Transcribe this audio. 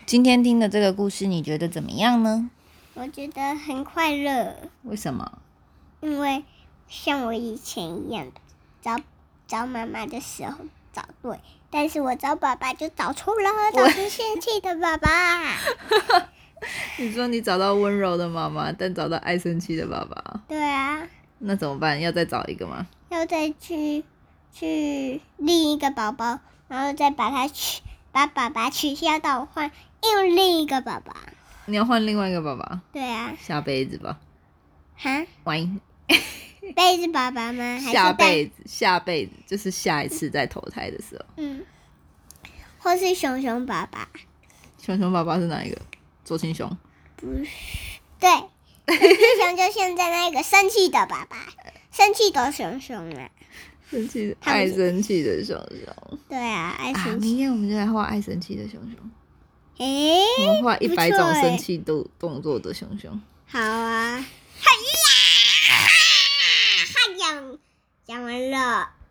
今天听的这个故事，你觉得怎么样呢？ 我觉得很快乐。 为什么？ 因为像我以前一样，找妈妈的时候找对，但是我找爸爸就找错了，找出生气的爸爸。 你说你找到温柔的妈妈，但找到爱生气的爸爸。 对啊。 那怎么办？要再找一个吗？ 要再去另一个宝宝，然后再把爸爸取消到换用另一个爸爸。 你要换另外一个爸爸？ 对啊。 下辈子吧。 哈？ 喂。 辈子爸爸吗？ 下辈子就是下一次再投胎的时候。 或是熊熊爸爸。 熊熊爸爸是哪一个？左青熊？ 不是，对，左青熊就现在那个生气的爸爸，生气的熊熊啊， 爱生气的熊熊。 对啊，爱生气。 明天我们就来画爱生气的熊熊。 我们画100种生气动作的熊熊。 好啊。讲完了。